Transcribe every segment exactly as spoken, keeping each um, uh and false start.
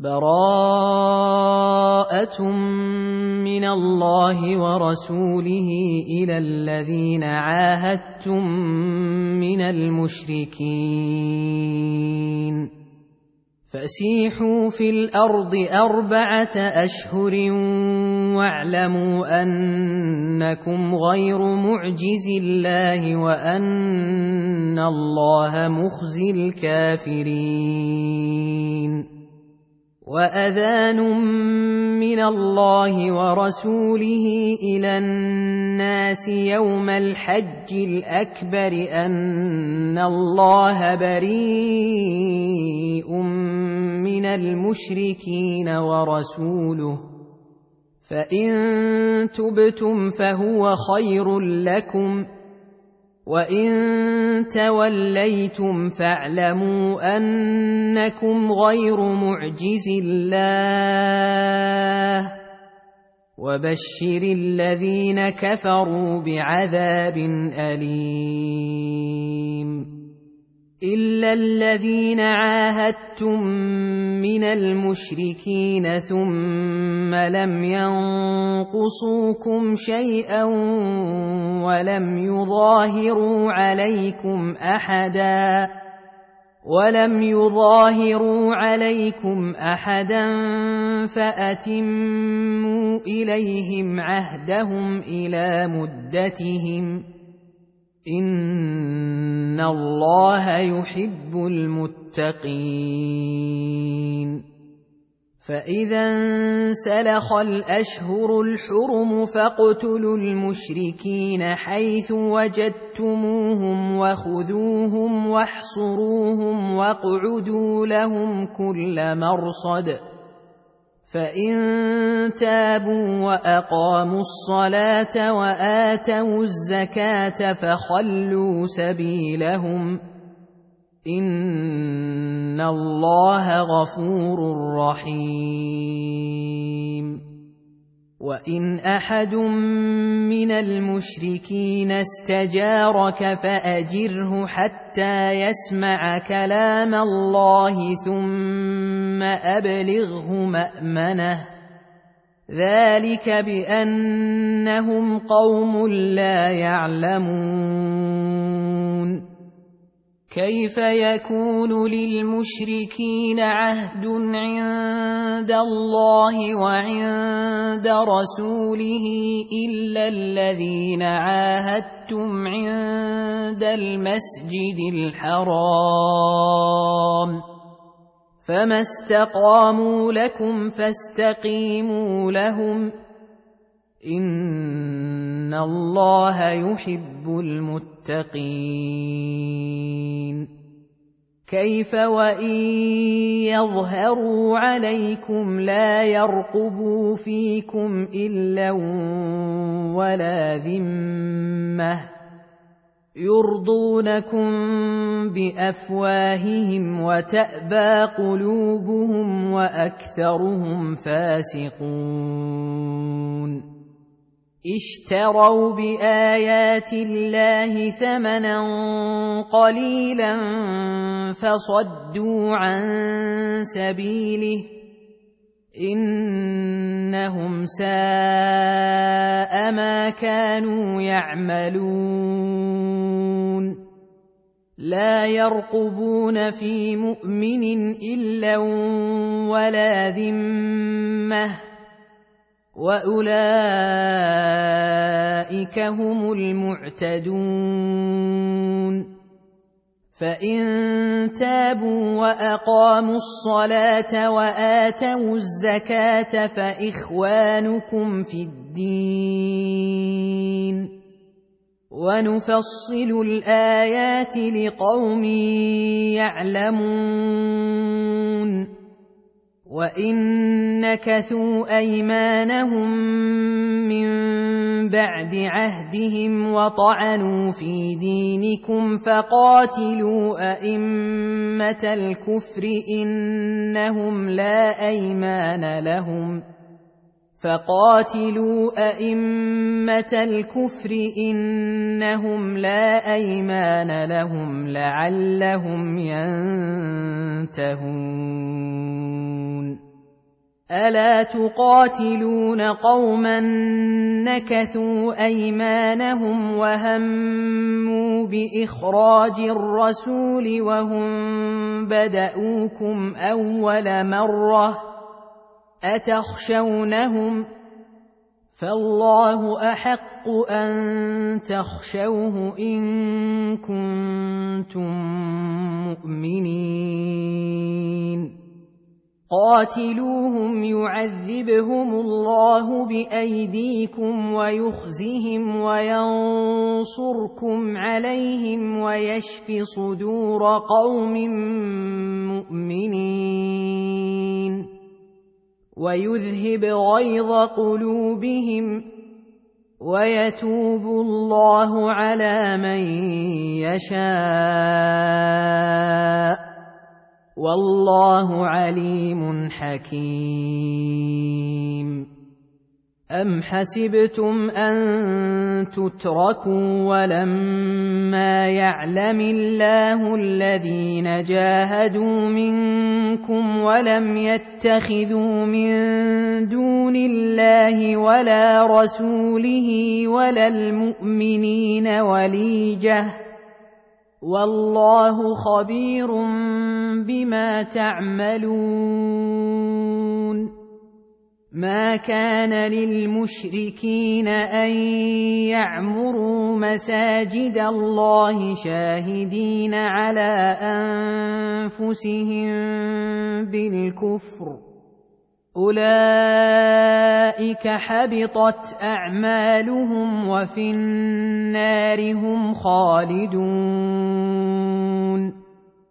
براءة من الله ورسوله إلى الذين عاهدتم من المشركين فسيحوا في الأرض أربعة أشهر واعلموا أنكم غير معجز الله وأن الله مخزي الكافرين وأذان من الله ورسوله إلى الناس يوم الحج الأكبر أن الله بريء من المشركين ورسوله فإن تبتم فهو خير لكم وإن توليتم فاعلموا أنكم غير معجز الله وبشر الذين كفروا بعذاب أليم إلا الذين عاهدتم من المشركين ثم لم ينقصوكم شيئا ولم يظاهروا عليكم أحدا ولم يظاهروا عليكم أحدا فأتموا إليهم عهدهم إلى مدتهم إن الله يحب المتقين فإذا انسلخ الأشهر الحرم فاقتلوا المشركين حيث وجدتموهم وخذوهم واحصروهم واقعدوا لهم كل مرصد فإن تابوا وأقاموا الصلاة وآتوا الزكاة فخلوا سبيلهم إن الله غفور رحيم وإن أحد من المشركين استجارك فأجره حتى يسمع كلام الله ثم أبلغه مأمنه ذلك بأنهم قوم لا يعلمون كيف يكون للمشركين عهد عند الله وعند رسوله إلا الذين عاهدتم عند المسجد الحرام فما استقاموا لكم فاستقيموا لهم إن الله يحب المتقين كيف وإن يظهروا عليكم لا يرقبوا فيكم إلا ولا ذمة يرضونكم بأفواههم وتأبى قلوبهم وأكثرهم فاسقون اشتروا بآيات الله ثمنا قليلا فصدوا عن سبيله إنهم ساء ما كانوا يعملون لا يرقبون في مؤمن إلا ولا ذمة وأولئك هم المعتدون فإن تابوا وأقاموا الصلاة وآتوا الزكاة فإخوانكم في الدين ونفصل الآيات لقوم يعلمون وإن نكثوا أيمانهم من بعد عهدهم وطعنوا في دينكم فقاتلوا أئمة الكفر إنهم لا أيمان لهم فقاتلوا أئمة الكفر إنهم لا أيمان لهم لعلهم ينتهون ألا تقاتلون قوما نكثوا أيمانهم وهموا بإخراج الرسول وهم بدؤوكم أول مرة أتخشونهم فالله أحق أن تخشوه إن كنتم مؤمنين قاتلوهم يعذبهم الله بأيديكم ويخزهم وينصركم عليهم ويشف صدور قوم مؤمنين ويذهب غيظ قلوبهم ويتوب الله على من يشاء والله عليم حكيم. أم حسبتم أن تتركوا ولما يعلم الله الذين جاهدوا منكم ولم يتخذوا من دون الله ولا رسوله ولا المؤمنين وليجة والله خبير بما تعملون. ما كان للمشركين أن يعمروا مساجد الله شاهدين على أنفسهم بالكفر أولئك حبطت أعمالهم وفي النار هم خالدون.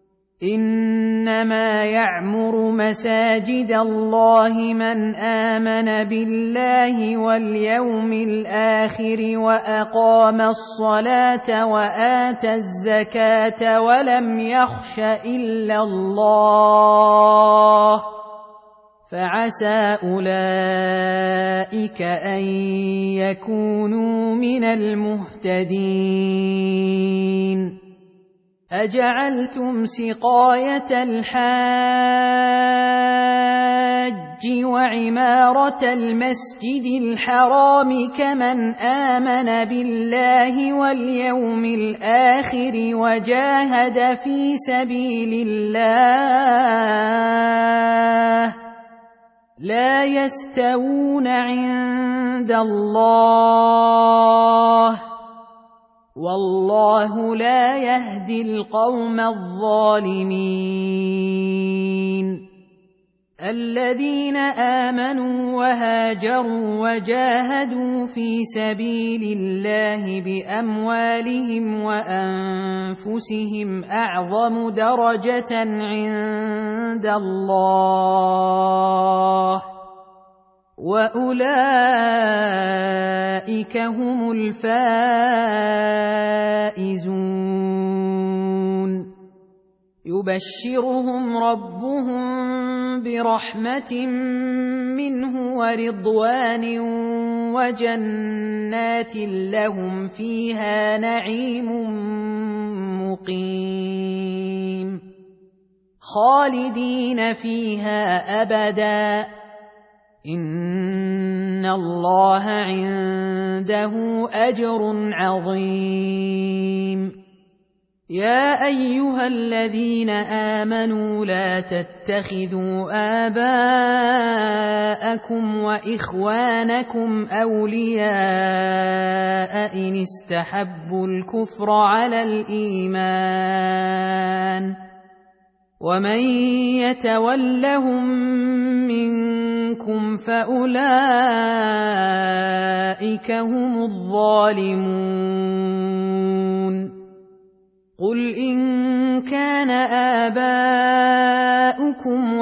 إنما يعمر مساجد الله من آمن بالله واليوم الآخر وأقام الصلاة وآتى الزكاة ولم يخش إلا الله فعسى أولئك أن يكونوا من المهتدين. أجعلتم سقاية الحاج وعمارة المسجد الحرام كمن آمن بالله واليوم الآخر وجاهد في سبيل الله لا يستوون عند الله والله لا يهدي القوم الظالمين. الذين آمنوا وهاجروا وجاهدوا في سبيل الله بأموالهم وأنفسهم أعظم درجة عند الله وأولئك هم الفائزون. يبشرهم ربهم برحمة منه ورضوان وجنات لهم فيها نعيم مقيم خالدين فيها أبدا إن الله عنده أجر عظيم. يا أيها الذين آمنوا لا تتخذوا آباءكم وإخوانكم أولياء إن استحبوا الكفر على الإيمان ومن يتولهم منكم فأولئك هم الظالمون. قل إن كان آباؤكم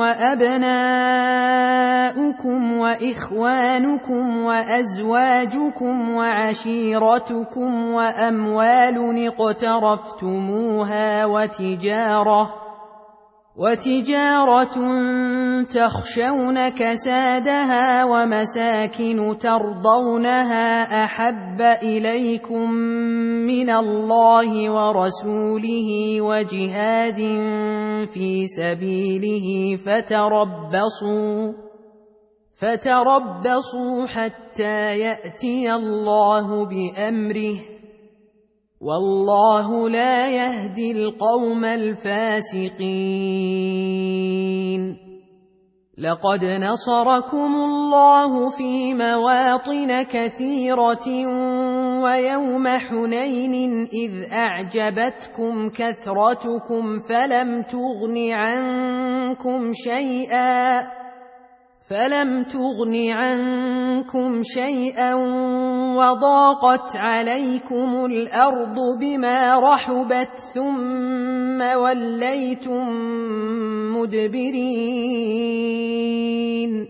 وأبناؤكم وإخوانكم وأزواجكم وعشيرتكم وأموال اقترفتموها وتجارة وتجارة تخشون كسادها ومساكن ترضونها أحب إليكم من الله ورسوله وجهاد في سبيله فتربصوا فتربصوا حتى يأتي الله بأمره والله لا يهدي القوم الفاسقين لقد نصركم الله في مواطن كثيرة ويوم حنين إذ أعجبتكم كثرتكم فلم تغن عنكم شيئا فلم تغن عنكم شيئا وضاقت عليكم الأرض بما رحبت ثم وليتم مدبرين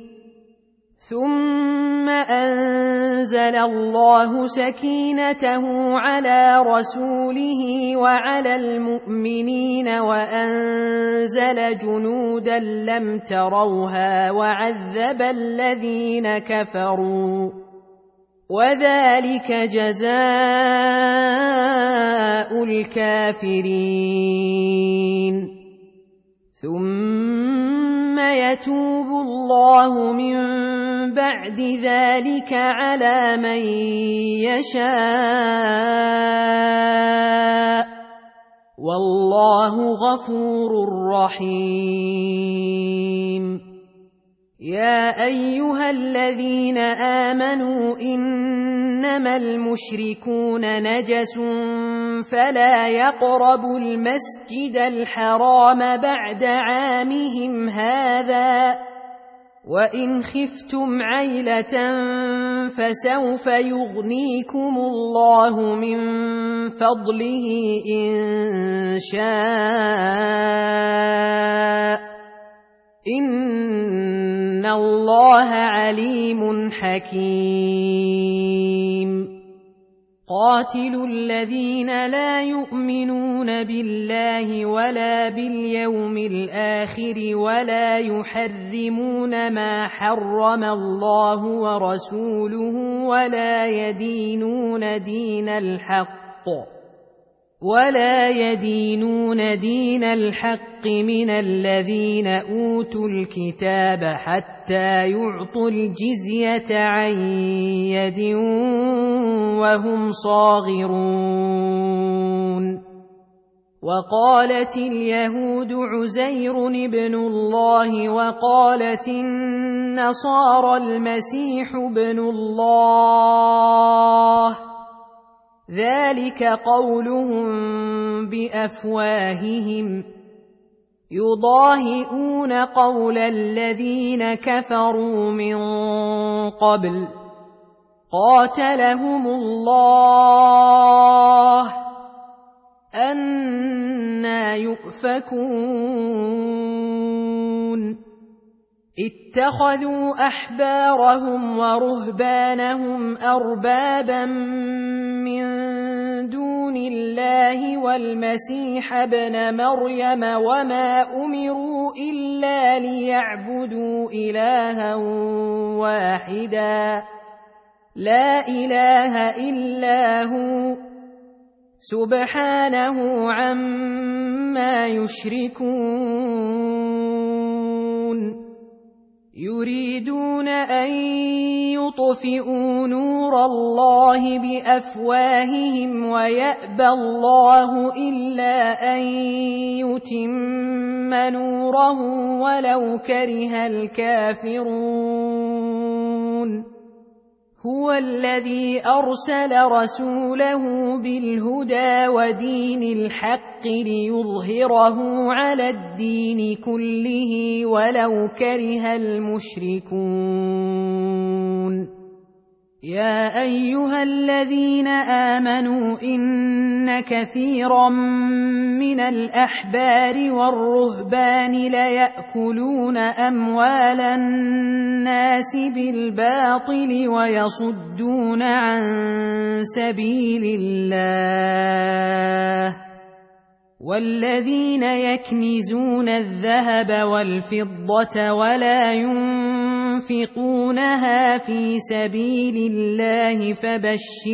ثم أنزل الله سكينته على رسوله وعلى المؤمنين وأنزل جنودا لم تروها وعذب الذين كفروا وذلك جزاء الكافرين ثم يتوب الله من بعد ذلك على من يشاء والله غفور رحيم يا أيها الذين آمنوا إنما المشركون نجس فلا يقربوا المسجد الحرام بعد عامهم هذا وإن خفتم عيلة فسوف يغنيكم الله من فضله إن شاء إن الله عليم حكيم قاتلوا الذين لا يؤمنون بالله ولا باليوم الآخر ولا يحرمون ما حرم الله ورسوله ولا يدينون دين الحق ولا يدينون دين الحق من الذين أوتوا الكتاب حتى يعطوا الجزية عن يد وهم صاغرون وقالت اليهود عزير ابن الله وقالت النصارى المسيح ابن الله ذلك قولهم بأفواههم يضاهئون قول الذين كفروا من قبل قاتلهم الله أنى يؤفكون اتخذوا أحبارهم ورهبانهم أربابا من دون الله والمسيح ابن مريم وما أمروا إلا ليعبدوا إلها واحدا لا إله إلا هو سبحانه عما يشركون يريدون أن يطفئوا نور الله بأفواههم ويأبى الله إلا أن يتم نوره ولو كره الكافرون هو الذي أرسل رسوله بالهدى ودين الحق ليظهره على الدين كله ولو كره المشركون يا أيها الذين آمنوا إن كثيرا من الأحبار والرهبان ليأكلون أموال الناس بالباطل ويصدون عن سبيل الله والذين يكنزون الذهب والفضة ولا ينفقونها في سبيل الله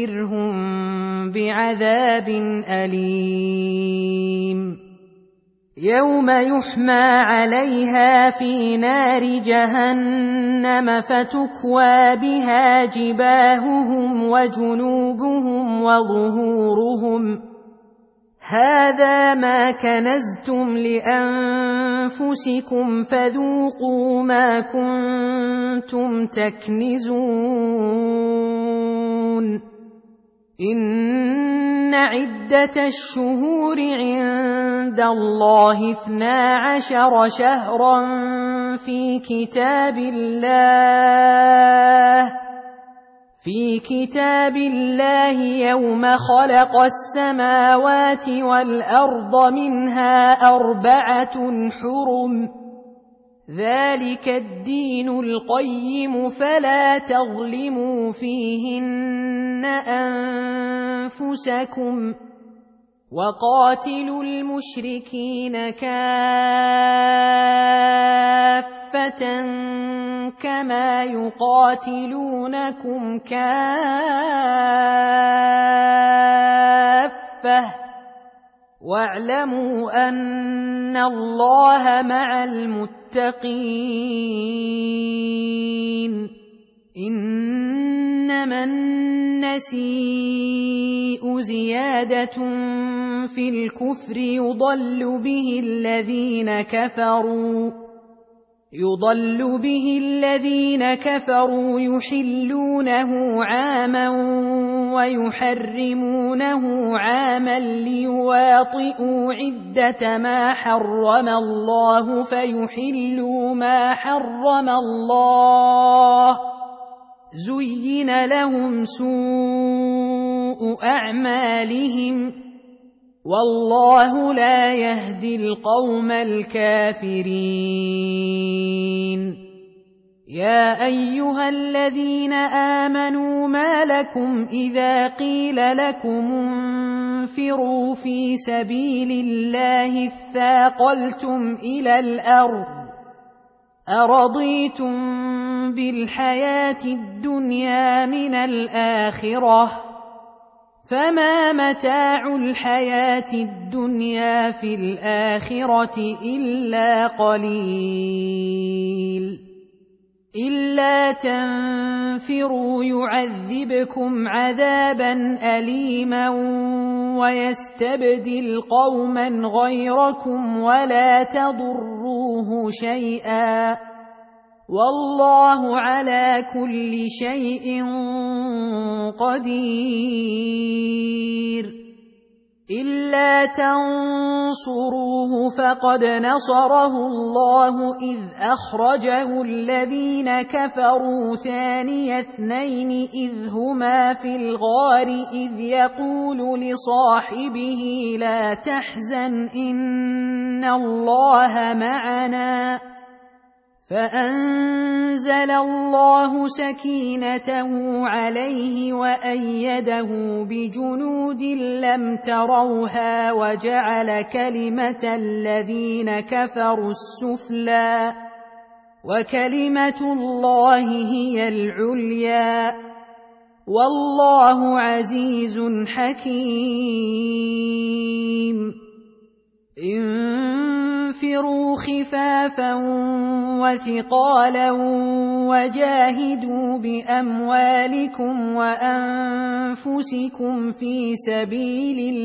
فبشرهم بعذاب أليم يوم يحمى عليها في نار جهنم فتكوى بها جباههم وجنوبهم وظهورهم هذا ما كنزتم لأنفسكم فذوقوا ما كنتم تكنزون إن عدة الشهور عند الله اثنا عشر شهرا في كتاب الله في كتاب الله يوم خلق السماوات والأرض منها أربعة حرم ذلك الدين القيم فلا تظلموا فيهن أنفسكم وقاتلوا المشركين كافة كما يقاتلونكم كافة واعلموا أن الله مع المتقين إنما النسيء زيادة في الكفر يضل به الذين كفروا يضل به الذين كفروا يحلونه عاما ويحرمونه عاما ليواطئوا عدة ما حرم الله فيحلوا ما حرم الله زين لهم سوء أعمالهم والله لا يهدي القوم الكافرين يا أيها الذين آمنوا ما لكم إذا قيل لكم انفروا في سبيل الله اثاقلتم إلى الأرض أرضيتم بالحياة الدنيا من الآخرة فما متاع الحياة الدنيا في الآخرة إلا قليل إلا تنفروا يعذبكم عذابا أليما ويستبدل قوما غيركم ولا تضروه شيئا والله على كل شيء قدير إلا تنصروه فقد نصره الله إذ أخرجه الذين كفروا ثاني اثنين إذ هما في الغار إذ يقول لصاحبه لا تحزن إن الله معنا فأنزل الله سكينته عليه وأيده بجنود لم تروها وجعل كلمة الذين كفروا السفلى وكلمة الله هي العليا والله عزيز حكيم انفروا خفافا وثقالا وجاهدوا بأموالكم وأنفسكم في سبيل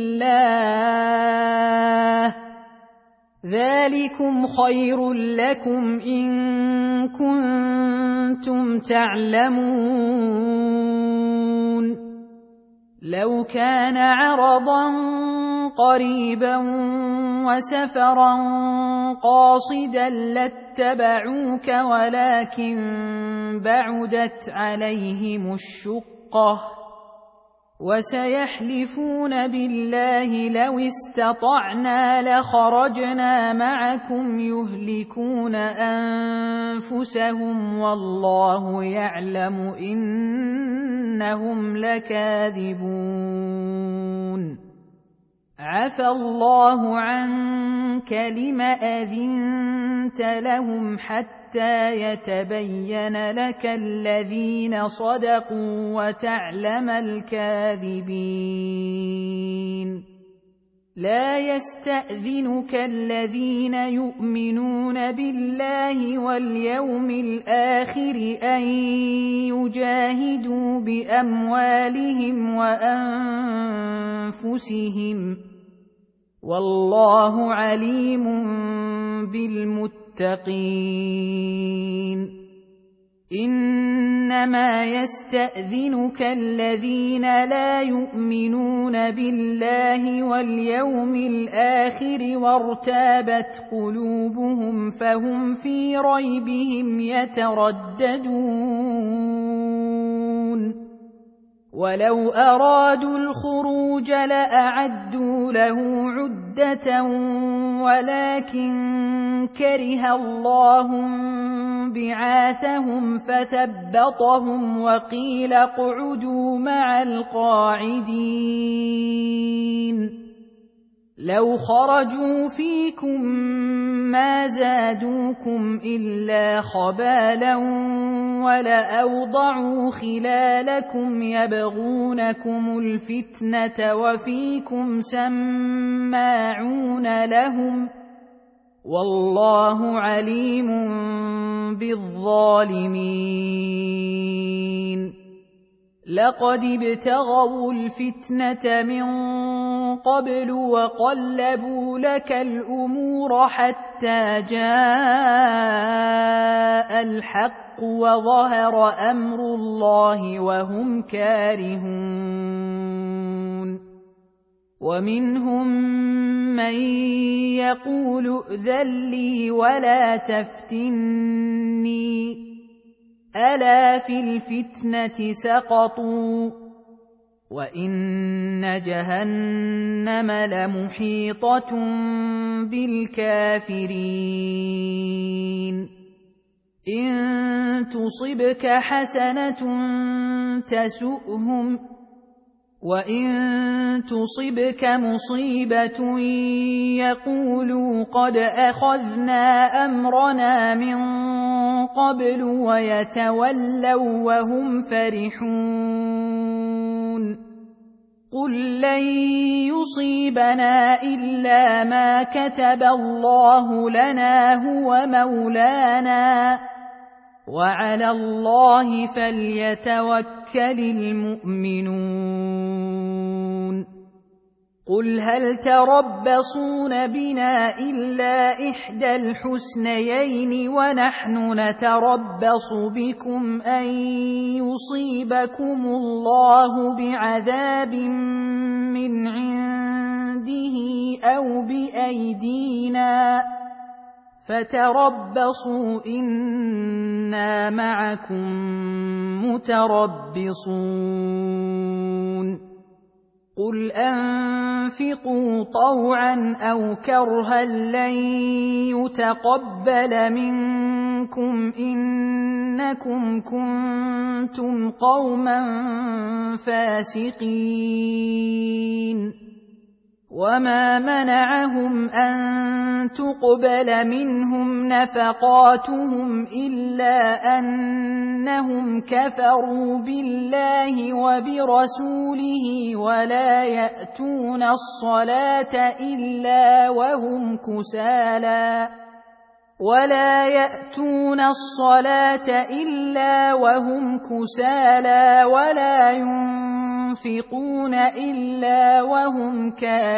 الله ذلكم خير لكم إن كنتم تعلمون لو كان عرضا قريبا وسفرا قاصدا لاتبعوك ولكن بعدت عليهم الشقة وسيحلفون بالله لو استطعنا لخرجنا معكم يهلكون أنفسهم والله يعلم إنهم لكاذبون عفى الله عنك لم أذنت لهم حتى يتبين لك الذين صدقوا وتعلم الكاذبين لا يستأذنك الذين يؤمنون بالله واليوم الآخر أن يجاهدوا بأموالهم وأنفسهم والله عليم بالمتقين إنما يستأذنك الذين لا يؤمنون بالله واليوم الآخر وارتابت قلوبهم فهم في ريبهم يترددون ولو أرادوا الخروج لأعدوا له عدة ولكن كره الله بعاثهم فثبطهم وقيل اقعدوا مع القاعدين لو خرجوا فيكم ما زادوكم إلا خبالا ولأوضعوا خلالكم يبغونكم الفتنة وفيكم سماعون لهم والله عليم بالظالمين لقد ابتغوا الفتنة من قبل وقلبوا لك الأمور حتى جاء الحق وظهر أمر الله وهم كارهون ومنهم من يقول ائذن لي ولا تفتني ألا في الفتنة سقطوا وإن جهنم لمحيطة بالكافرين إن تصبك حسنة تسؤهم وإن تصبك مصيبة يقولوا قد أخذنا أمرنا من قبل ويتولوا وهم فرحون قل لن يصيبنا إلا ما كتب الله لنا هو مولانا وعلى الله فليتوكل المؤمنون قل هل تربصون بنا إلا إحدى الحسنيين ونحن نتربص بكم أن يصيبكم الله بعذاب من عنده أو بأيدينا فتربصوا إنا معكم متربصون قل أنفقوا طوعا أو كرها لن يتقبل منكم إنكم كنتم قوما فاسقين وما منعهم أن تقبل منهم نفقاتهم إلا أنهم كفروا بالله وبرسوله ولا يأتون الصلاة إلا وهم كسالى ولا يأتون الصلاة إلا وهم كسالى ولا ينفقون إلا وهم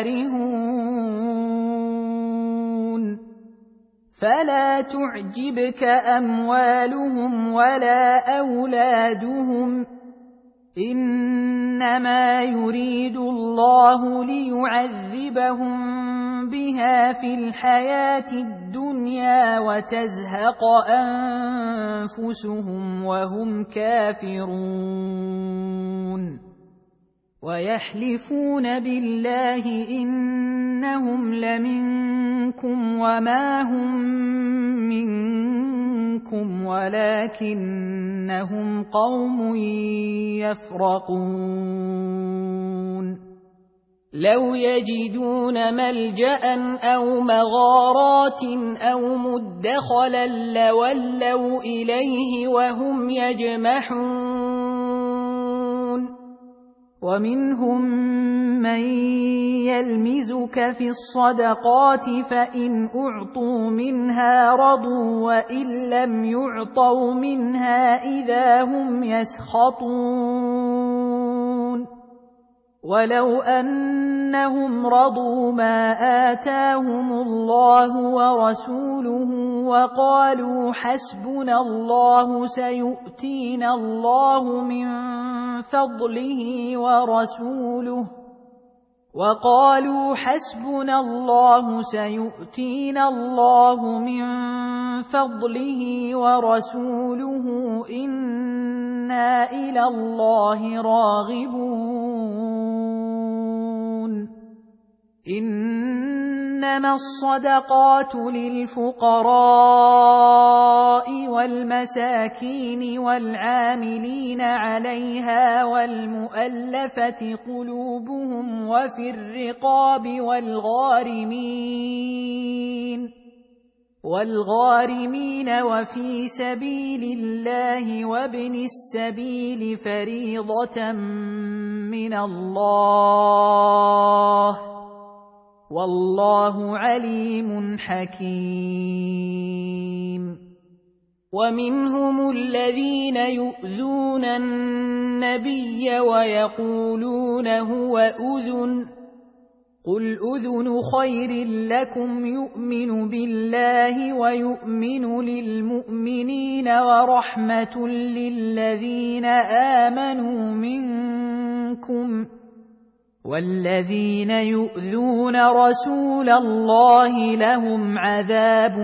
كارهون فلا تعجبك أموالهم ولا أولادهم إنما يريد الله ليعذبهم بها في الحياة الدنيا وتزهق أنفسهم وهم كافرون ويحلفون بالله إنهم لمنكم وما هم منكم ولكنهم قوم يفرقون لو يجدون ملجأ أو مغارات أو مدخلا لولوا إليه وهم يجمحون ومنهم من يلمزك في الصدقات فإن أعطوا منها رضوا وإن لم يعطوا منها إذا هم يسخطون ولو أنهم رضوا ما آتاهم الله ورسوله وقالوا حسبنا الله سيؤتينا الله من فضله ورسوله وقالوا حسبنا الله سيؤتينا الله من فضله ورسوله إنا إلى الله راغبون إنما الصدقات للفقراء والمساكين والعاملين عليها والمؤلفة قلوبهم وفي الرقاب والغارمين والغارمين وفي سبيل الله وابن السبيل فريضة من الله والله عليم حكيم ومنهم الذين يؤذون النبي ويقولون هو أذن قل أذن خير لكم يؤمن بالله ويؤمن للمؤمنين ورحمة للذين آمنوا منكم والذين يؤذون رسول الله لهم عذاب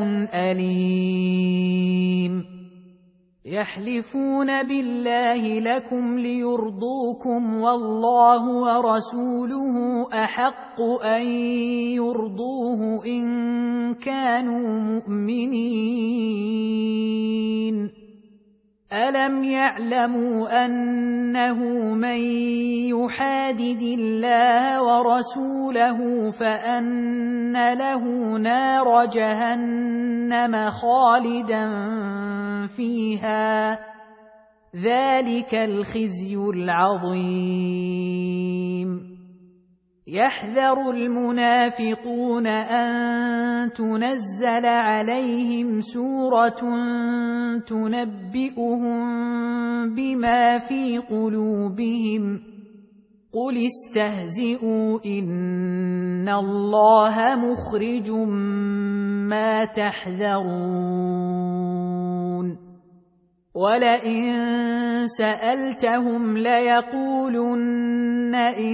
أليم يحلفون بالله لكم ليرضوكم والله ورسوله أحق أن يرضوه إن كانوا مؤمنين ألم يعلموا أنه من يحادد الله ورسوله فأن له نار جهنم خالدا فيها ذلك الخزي العظيم يحذر المنافقون أن تنزل عليهم سورة تنبئهم بما في قلوبهم قل استهزئوا إن الله مخرج ما تحذرون ولئن سألتهم ليقولن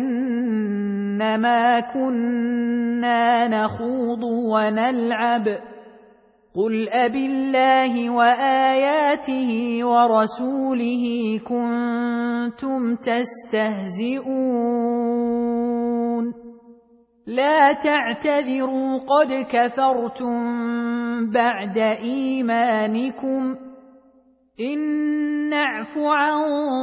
إنما كنا نخوض ونلعب قل أبالله وآياته ورسوله كنتم تستهزئون لا تعتذروا قد كفرتم بعد إيمانكم إن نعف عن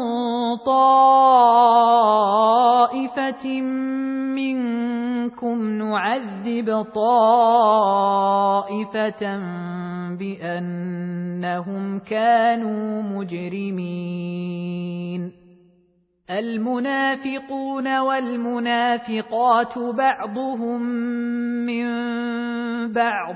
طائفة منكم نعذب طائفة بأنهم كانوا مجرمين المنافقون والمنافقات بعضهم من بعض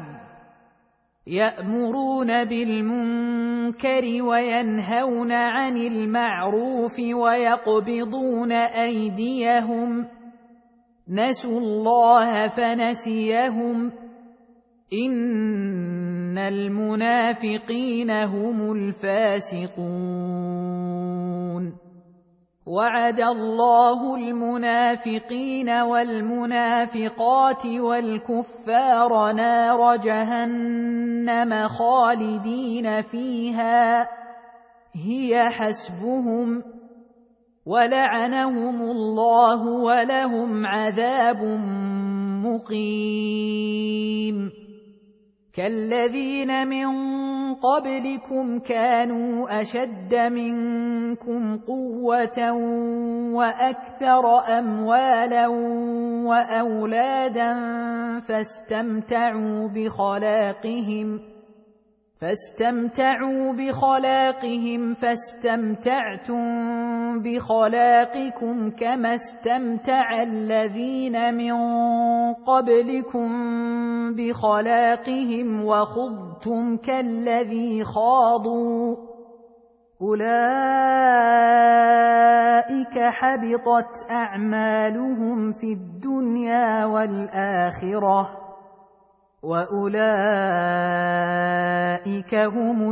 يأمرون بالمنكر وينهون عن المعروف ويقبضون أيديهم نسوا الله فنسيهم إن المنافقين هم الفاسقون وعد الله المنافقين والمنافقات والكفار نار جهنم خالدين فيها هي حسبهم ولعنهم الله ولهم عذاب مقيم كالذين من قبلكم كانوا أشد منكم قوة وأكثر أموالا وأولادا فاستمتعوا بخلاقهم فاستمتعوا بخلاقهم فاستمتعتم بخلاقكم كما استمتع الذين من قبلكم بخلاقهم وخضتم كالذي خاضوا أولئك حبطت أعمالهم في الدنيا والآخرة وأولئك هم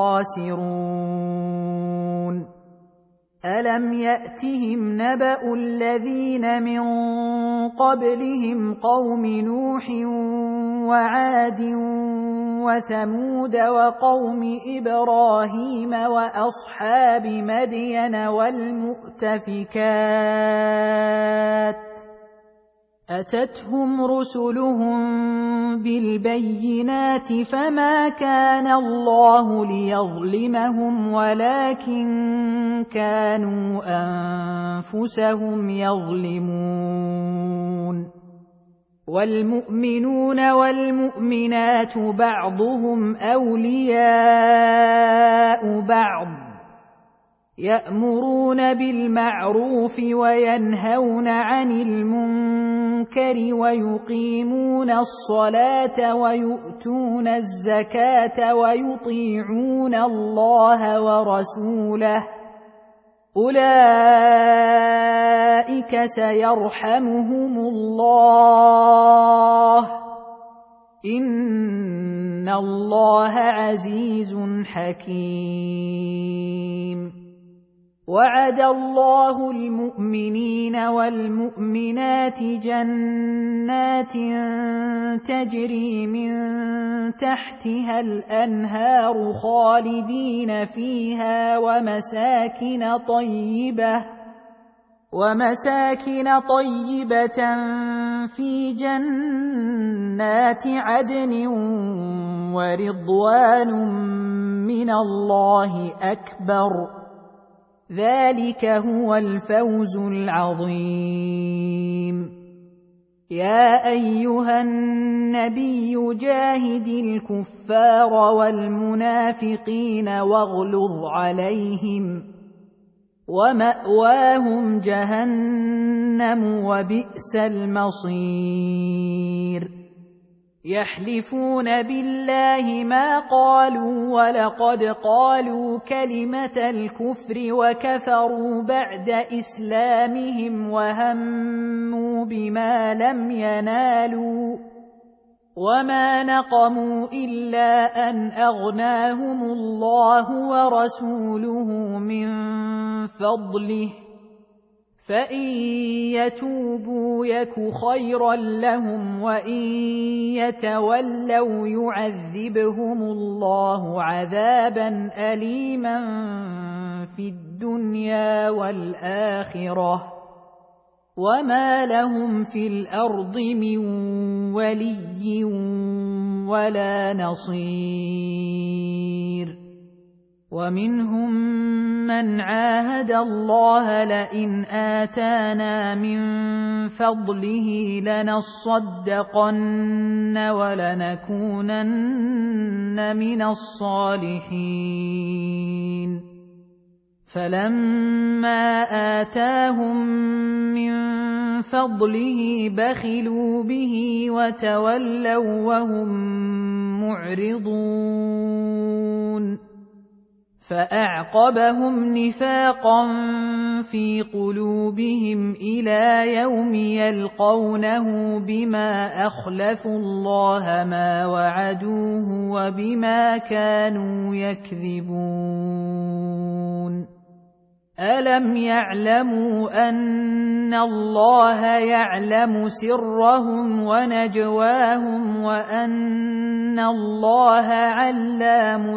الخاسرون ألم يأتهم نبأ الذين من قبلهم قوم نوح وعاد وثمود وقوم إبراهيم وأصحاب مدين والمؤتفكات أتتهم رسلهم بالبينات فما كان الله ليظلمهم ولكن كانوا أنفسهم يظلمون والمؤمنون والمؤمنات بعضهم أولياء بعض يأمرون بالمعروف وينهون عن المنكر ويقيمون الصلاة ويؤتون الزكاة ويطيعون الله ورسوله أولئك سيرحمهم الله إن الله عزيز حكيم وعد الله المؤمنين والمؤمنات جنات تجري من تحتها الأنهار خالدين فيها ومساكن طيبة ومساكن طيبة في جنات عدن ورضوان من الله أكبر ذلك هو الفوز العظيم يا أيها النبي جاهد الكفار والمنافقين واغلظ عليهم ومأواهم جهنم وبئس المصير يحلفون بالله ما قالوا ولقد قالوا كلمة الكفر وكفروا بعد إسلامهم وهموا بما لم ينالوا وما نقموا إلا أن أغناهم الله ورسوله من فضله فإن يتوبوا يك خيرا لهم وإن يتولوا يعذبهم الله عذابا أليما في الدنيا والآخرة وما لهم في الأرض من ولي ولا نصير ومنهم من عاهد الله لئن آتانا من فضله لنصدقن ولنكونن من الصالحين فلما آتاهم من فضله بخلوا به وتولوا وهم معرضون فأعقبهم نفاقا في قلوبهم إلى يوم يلقونه بما أخلفوا الله ما وعدوه وبما كانوا يكذبون ألم يعلموا أن الله يعلم سرهم ونجواهم وأن الله علام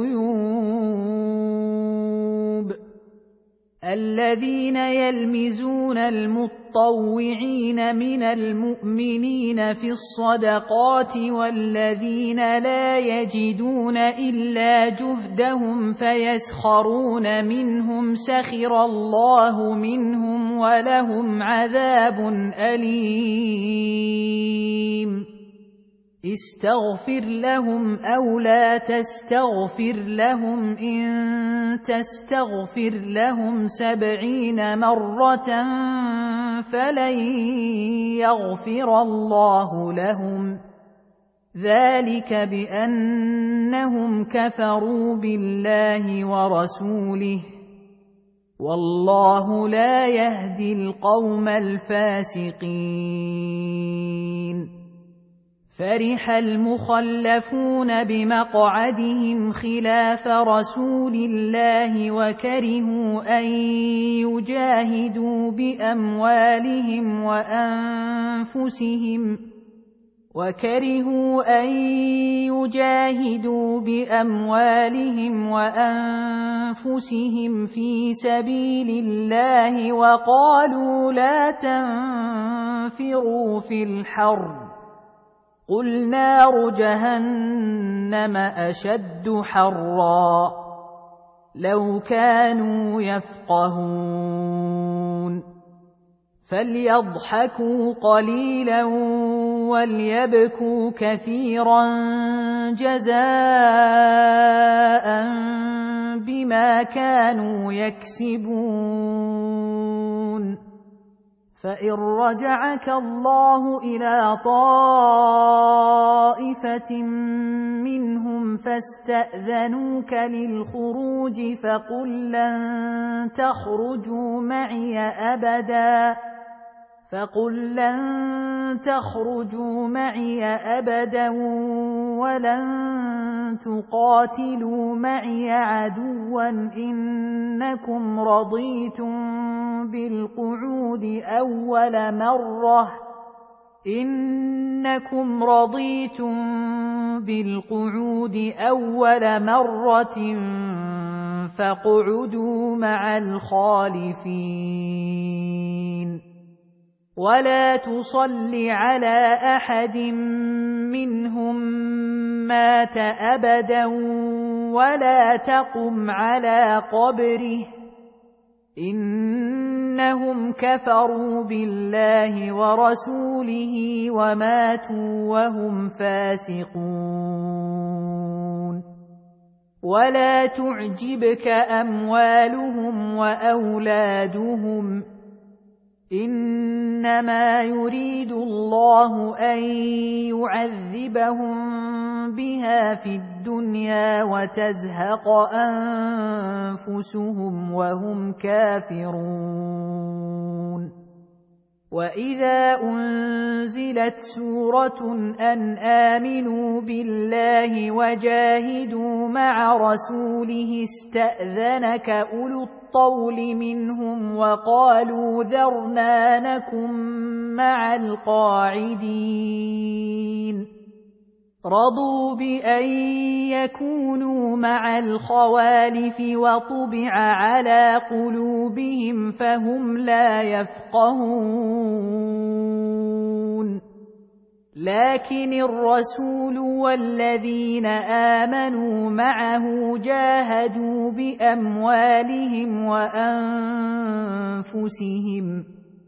الغيوب الذين يلمزون المطوعين من المؤمنين في الصدقات والذين لا يجدون إلا جهدهم فيسخرون منهم سخر الله منهم ولهم عذاب أليم استغفر لهم أو لا تستغفر لهم إن تستغفر لهم سبعين مرة فلن يغفر الله لهم ذلك بأنهم كفروا بالله ورسوله والله لا يهدي القوم الفاسقين. فرح المخلفون بمقعدهم خلاف رسول الله وكرهوا أن يجاهدوا بأموالهم وأنفسهم وكرهوا أن يجاهدوا بأموالهم وأنفسهم في سبيل الله وقالوا لا تنفروا في الحر قل نار جهنم أشد حرا لو كانوا يفقهون فليضحكوا قليلا وليبكوا كثيرا جزاء بما كانوا يكسبون. فإن رجعك الله إلى طائفة منهم فاستأذنوك للخروج فقل لن تخرجوا معي أبدا فقل لن تخرجوا معي أبدا ولن تقاتلوا معي عدوا إنكم رضيتم بالقعود أول مرة إنكم رضيتم بالقعود أول مرة فاقعدوا مع الخالفين ولا تصل على أحد منهم مات أبدا ولا تقم على قبره إنهم كفروا بالله ورسوله وماتوا وهم فاسقون. ولا تعجبك أموالهم وأولادهم إنما يريد الله أن يعذبهم بها في الدنيا وتزهق أنفسهم وهم كافرون. وإذا أنزلت سورة أن آمنوا بالله وجاهدوا مع رسوله استأذنك أولو الطول منهم وقالوا ذرنا نكن مع القاعدين رضوا بأن يكونوا مع الخوالف وطبع على قلوبهم فهم لا يفقهون. لكن الرسول والذين آمنوا معه جاهدوا بأموالهم وأنفسهم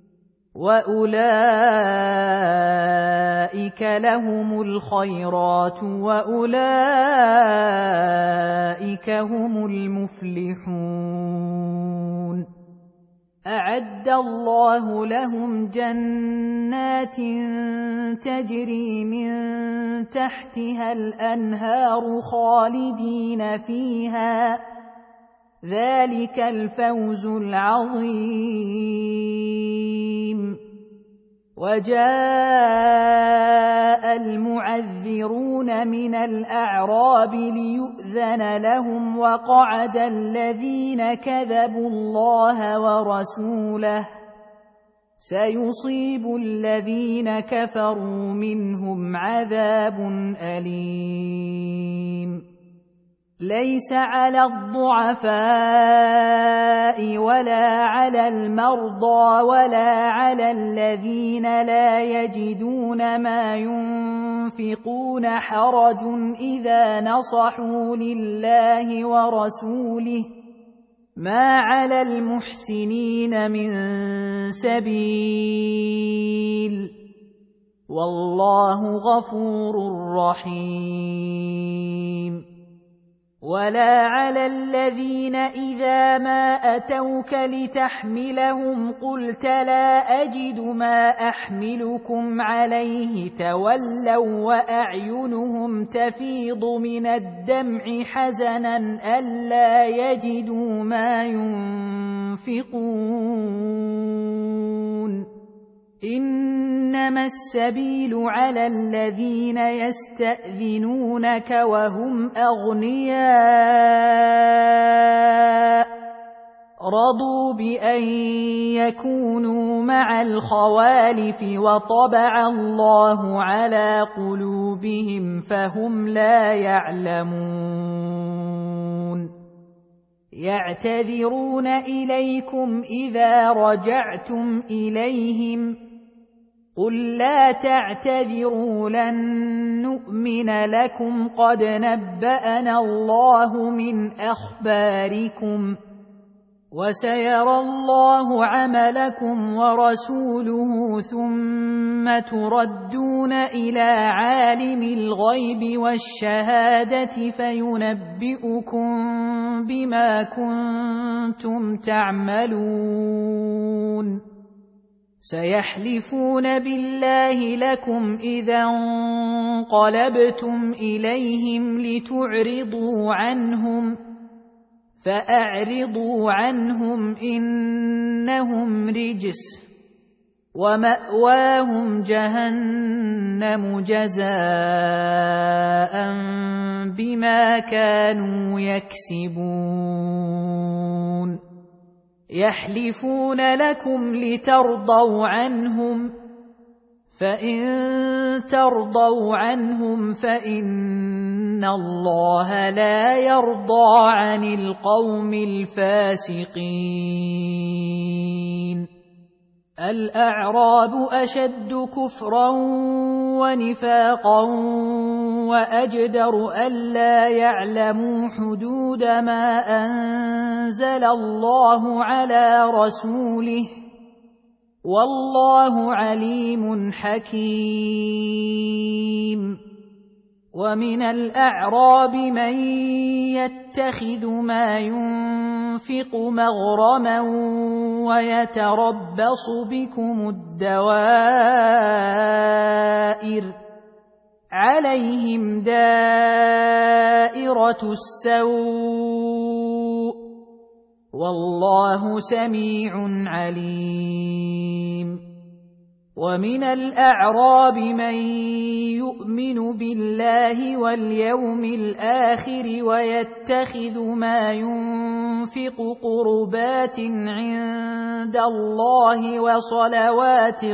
وأولئك لهم الخيرات وأولئك هم المفلحون. أعد الله لهم جنات تجري من تحتها الأنهار خالدين فيها ذلك الفوز العظيم. وجاء المعذرون من الأعراب ليؤذن لهم وقعد الذين كذبوا الله ورسوله سيصيب الذين كفروا منهم عذاب أليم. ليس على الضعفاء ولا على المرضى ولا على الذين لا يجدون ما ينفقون حرج إذا نصحوا لله ورسوله ما على المحسنين من سبيل والله غفور رحيم. ولا على الذين إذا ما أتوك لتحملهم قلت لا أجد ما أحملكم عليه تولوا وأعينهم تفيض من الدمع حزنا ألا يجدوا ما ينفقون. إنما السبيل على الذين يستأذنونك وهم أغنياء رضوا بأن يكونوا مع الخوالف وطبع الله على قلوبهم فهم لا يعلمون. يعتذرون إليكم إذا رجعتم إليهم قل لا تعتذروا لن نؤمن لكم قد نبأنا الله من أخباركم وسيرى الله عملكم ورسوله ثم تردون إلى عالم الغيب والشهادة فينبئكم بما كنتم تعملون. سيحلفون بالله لكم إذا انقلبتم إليهم لتعرضوا عنهم فأعرضوا عنهم إنهم رجس ومأواهم جهنم جزاء بما كانوا يكسبون. يحلفون لكم لترضوا عنهم فإن ترضوا عنهم فإن الله لا يرضى عن القوم الفاسقين. الأعراب أشد كفرا ونفاقا وأجدر ألا يعلموا حدود ما أنزل الله على رسوله والله عليم حكيم. ومن الأعراب من يتخذ ما ينفق مغرما ويتربص بكم الدوائر عليهم دائرة السوء والله سميع عليم. ومن الأعراب من يؤمن بالله واليوم الآخر ويتخذ ما ينفق قربات عند الله وصلوات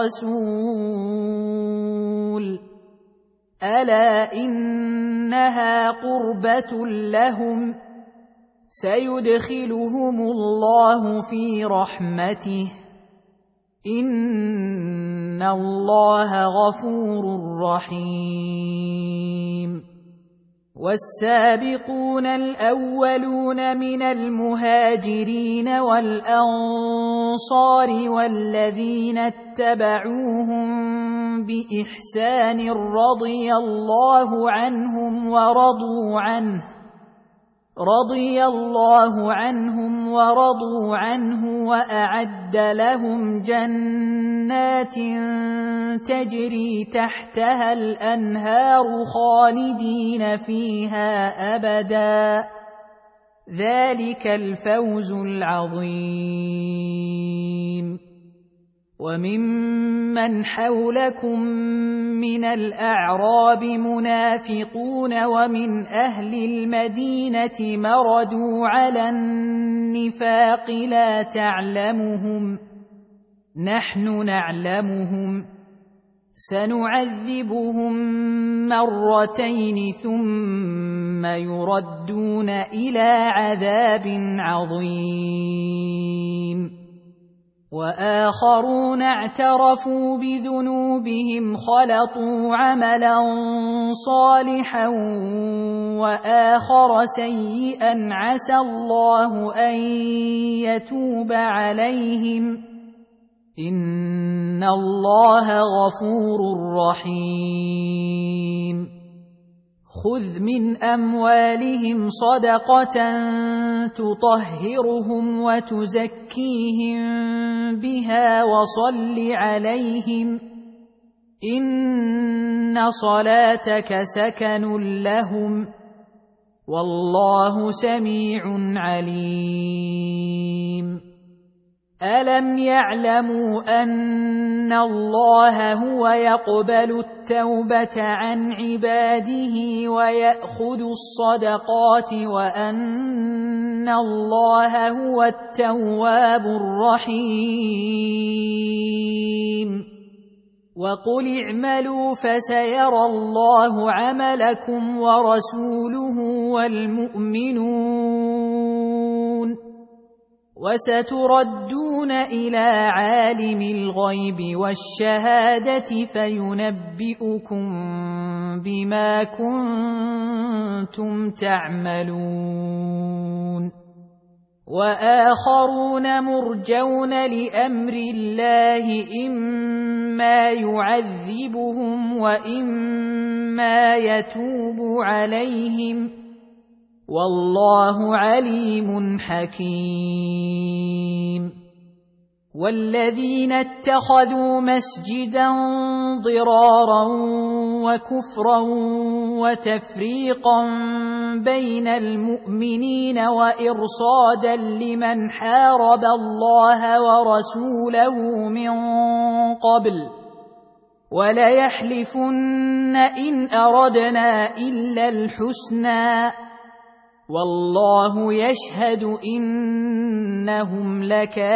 الرسول ألا إنها قربة لهم سيدخلهم الله في رحمته إن الله غفور رحيم. والسابقون الأولون من المهاجرين والأنصار والذين اتبعوهم بإحسان رضي الله عنهم ورضوا عنه رضي الله عنهم ورضوا عنه وأعد لهم جنات تجري تحتها الأنهار خالدين فيها أبدا ذلك الفوز العظيم. وممن حولكم من الأعراب منافقون ومن أهل المدينة مردوا على النفاق لا تعلمهم نحن نعلمهم سنعذبهم مرتين ثم يردون إلى عذاب عظيم. وآخرون اعترفوا بذنوبهم خلطوا عملا صالحا وآخر سيئا عسى الله أن يتوب عليهم إن الله غفور رحيم خذ من أموالهم صدقة تطهرهم وتزكيهم بها وصل عليهم إن صلاتك سكن لهم والله سميع عليم ألم يعلموا أن الله هو يقبل التوبة عن عباده ويأخذ الصدقات وأن الله هو التواب الرحيم وقل اعملوا فسيرى الله عملكم ورسوله والمؤمنون وستردون إلى عالم الغيب والشهادة فينبئكم بما كنتم تعملون وآخرون مرجون لأمر الله إما يعذبهم وإما يتوب عليهم والله عليم حكيم والذين اتخذوا مسجدا ضرارا وكفرا وتفريقا بين المؤمنين وإرصادا لمن حارب الله ورسوله من قبل وليحلفن إن أردنا إلا الحسنى والله يشهد إنهم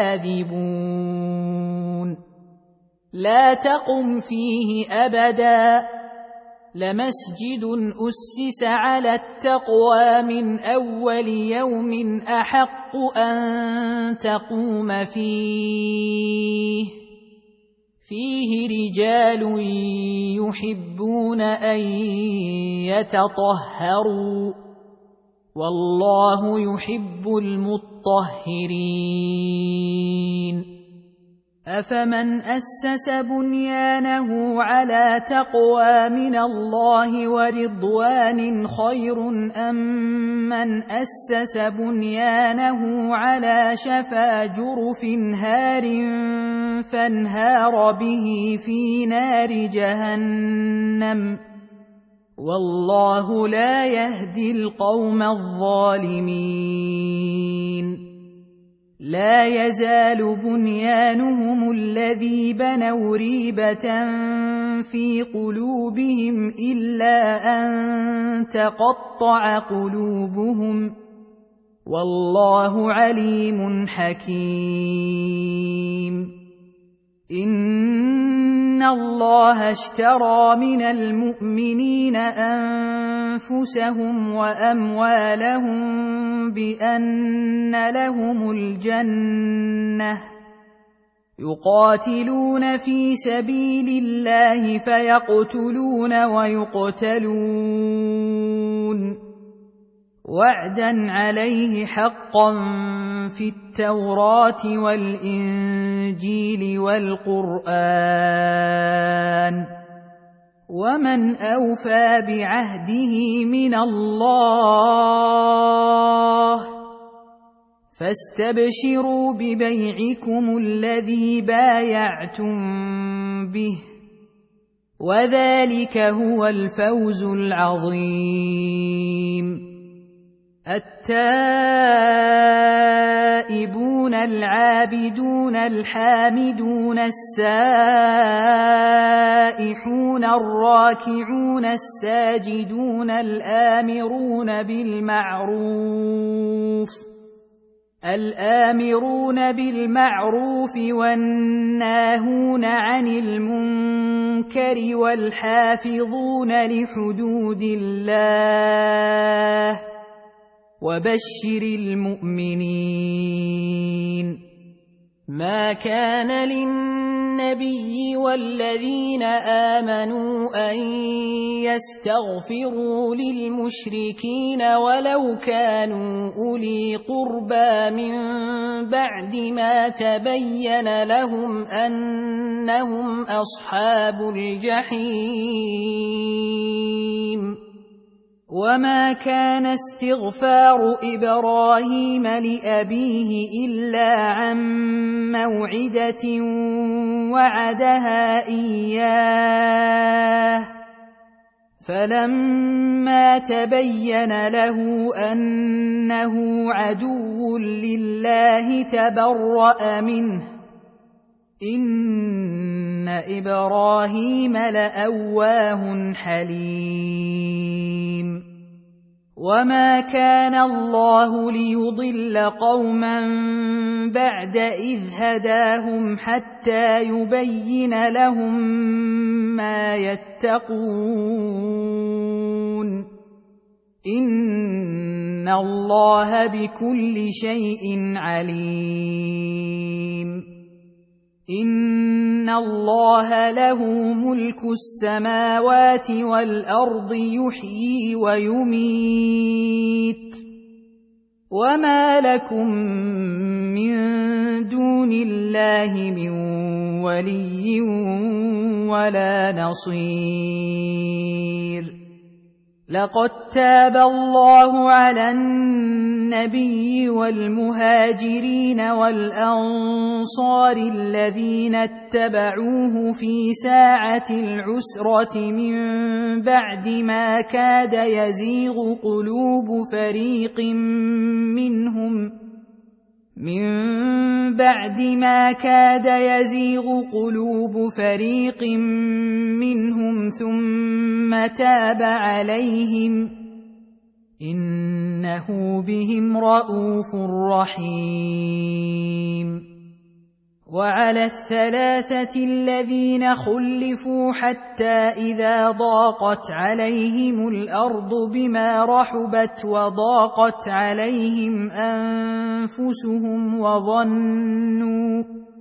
لكاذبون لا تقم فيه أبدا لمسجد أسس على التقوى من أول يوم أحق أن تقوم فيه فيه رجال يحبون أن يتطهروا والله يحب المطهرين أفمن أسس بنيانه على تقوى من الله ورضوان خير أم من أسس بنيانه على شفا جرف هار فانهار به في نار جهنم والله لا يهدي القوم الظالمين لا يزال بنيانهم الذي بنوا ريبة في قلوبهم إلا أن تقطع قلوبهم والله عليم حكيم إن الله اشترى من المؤمنين أنفسهم وأموالهم بأن لهم الجنة يقاتلون في سبيل الله فيقتلون ويقتلون وعدا عليه حقا في التوراة والإنجيل والقرآن ومن أوفى بعهده من الله فاستبشروا ببيعكم الذي بايعتم به وذلك هو الفوز العظيم التائبون العابدون الحامدون السائحون الراكعون الساجدون الآمرون بالمعروف الآمرون بالمعروف والناهون عن المنكر والحافظون لحدود الله وبشر المؤمنين ما كان للنبي النبي والذين آمنوا أن يستغفروا للمشركين ولو كانوا أولي قربى من بعد ما تبين لهم أنهم أصحاب الجحيم. وما كان استغفار إبراهيم لأبيه إلا عن موعدة وعدها إياه فلما تبين له أنه عدو لله تبرأ منه إن إبراهيم لأواه حليم. وما كان الله ليضل قوما بعد إذ هداهم حتى يبين لهم ما يتقون إن الله بكل شيء عليم. إن الله له ملك السماوات والأرض يحيي ويميت وما لكم من دون الله من ولي ولا نصير. لقد تاب الله على النبي والمهاجرين والأنصار الذين اتبعوه في ساعة العسرة من بعد ما كاد يزيغ قلوب فريق منهم من بعد ما كاد يزيغ قلوب فريق منهم ثم تاب عليهم إنه بهم رءوف رحيم. وعلى الثلاثة الذين خلفوا حتى إذا ضاقت عليهم الأرض بما رحبت وضاقت عليهم أنفسهم وظنوا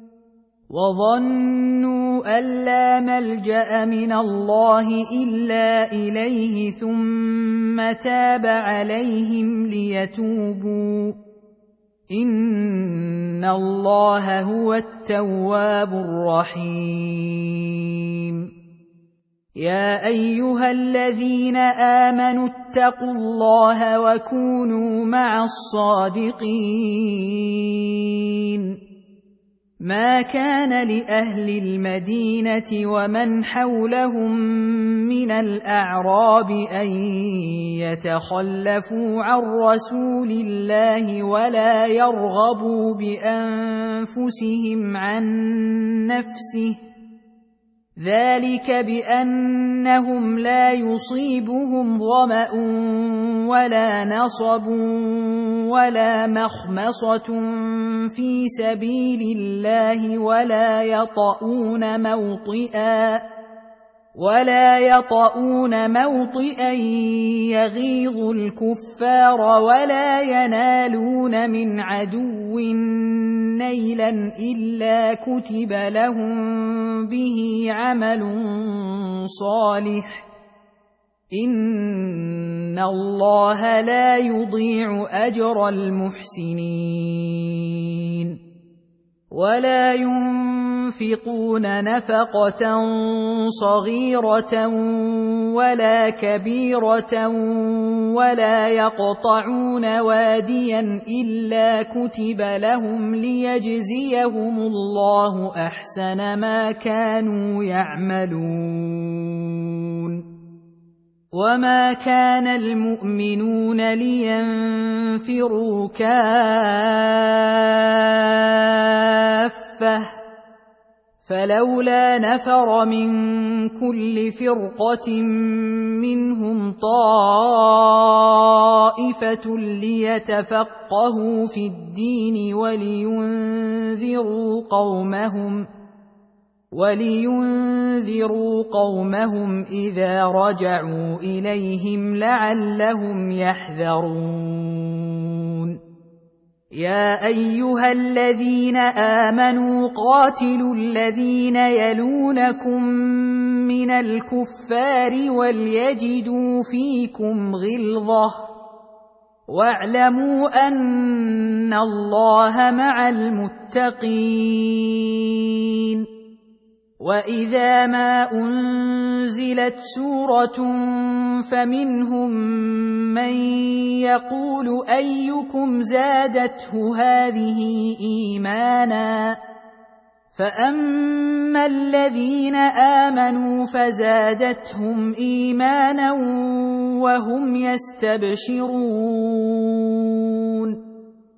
وظنوا أن لا ملجأ من الله إلا إليه ثم تاب عليهم ليتوبوا إن الله هو التواب الرحيم. يا أيها الذين آمنوا اتقوا الله وكونوا مع الصادقين. ما كان لأهل المدينة ومن حولهم من الأعراب أن يتخلفوا عن رسول الله ولا يرغبوا بأنفسهم عن نفسه ذلك بأنهم لا يصيبهم ظمأ ولا نصب ولا مخمصة في سبيل الله ولا يطؤون موطئا ولا يطؤون موطئا يغيظ الكفار ولا ينالون من عدو نيلا إلا كتب لهم به عمل صالح إن الله لا يضيع أجر المحسنين. ولا ينفقون نفقة صغيرة ولا كبيرة ولا يقطعون واديا إلا كتب لهم ليجزيهم الله أحسن ما كانوا يعملون. وما كان المؤمنون لينفروا كافة فلولا نفر من كل فرقة منهم طائفة ليتفقهوا في الدين ولينذروا قومهم ولينذروا قومهم إذا رجعوا إليهم لعلهم يحذرون. يا أيها الذين آمنوا قاتلوا الذين يلونكم من الكفار وليجدوا فيكم غلظة واعلموا أن الله مع المتقين. وإذا ما أنزلت سورة فمنهم من يقول أيكم زادته هذه إيمانا فأما الذين آمنوا فزادتهم إيمانا وهم يستبشرون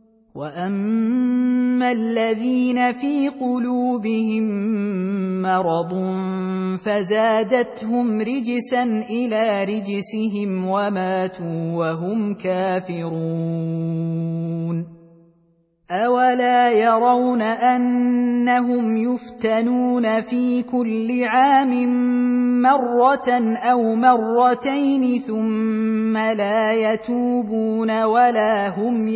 وأما الذين في قلوبهم مرض فزادتهم رجسا إلى رجسهم وماتوا وهم كافرون. أولا يرون أنهم يفتنون في كل عام مرة أو مرتين ثم لا يتوبون ولا هم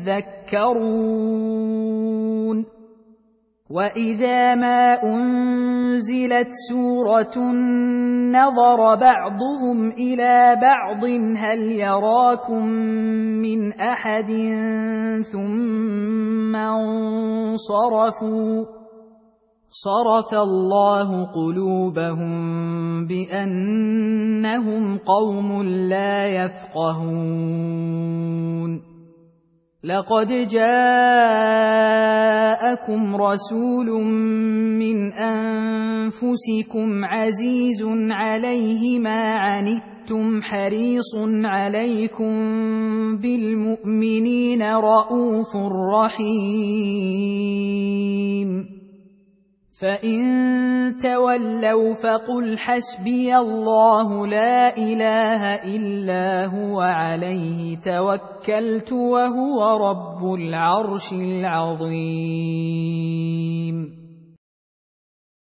يذكرون. وإذا ما أنزلت سورة نظر بعضهم إلى بعض هل يراكم من أحد ثم انصرفوا صرف الله قلوبهم بأنهم قوم لا يفقهون. لقد جاءكم رسول من أنفسكم عزيز عليه ما عنتم حريص عليكم بالمؤمنين رءوف رحيم. فإن تولوا فقل حسبي الله لا إله إلا هو عليه توكلت وهو رب العرش العظيم.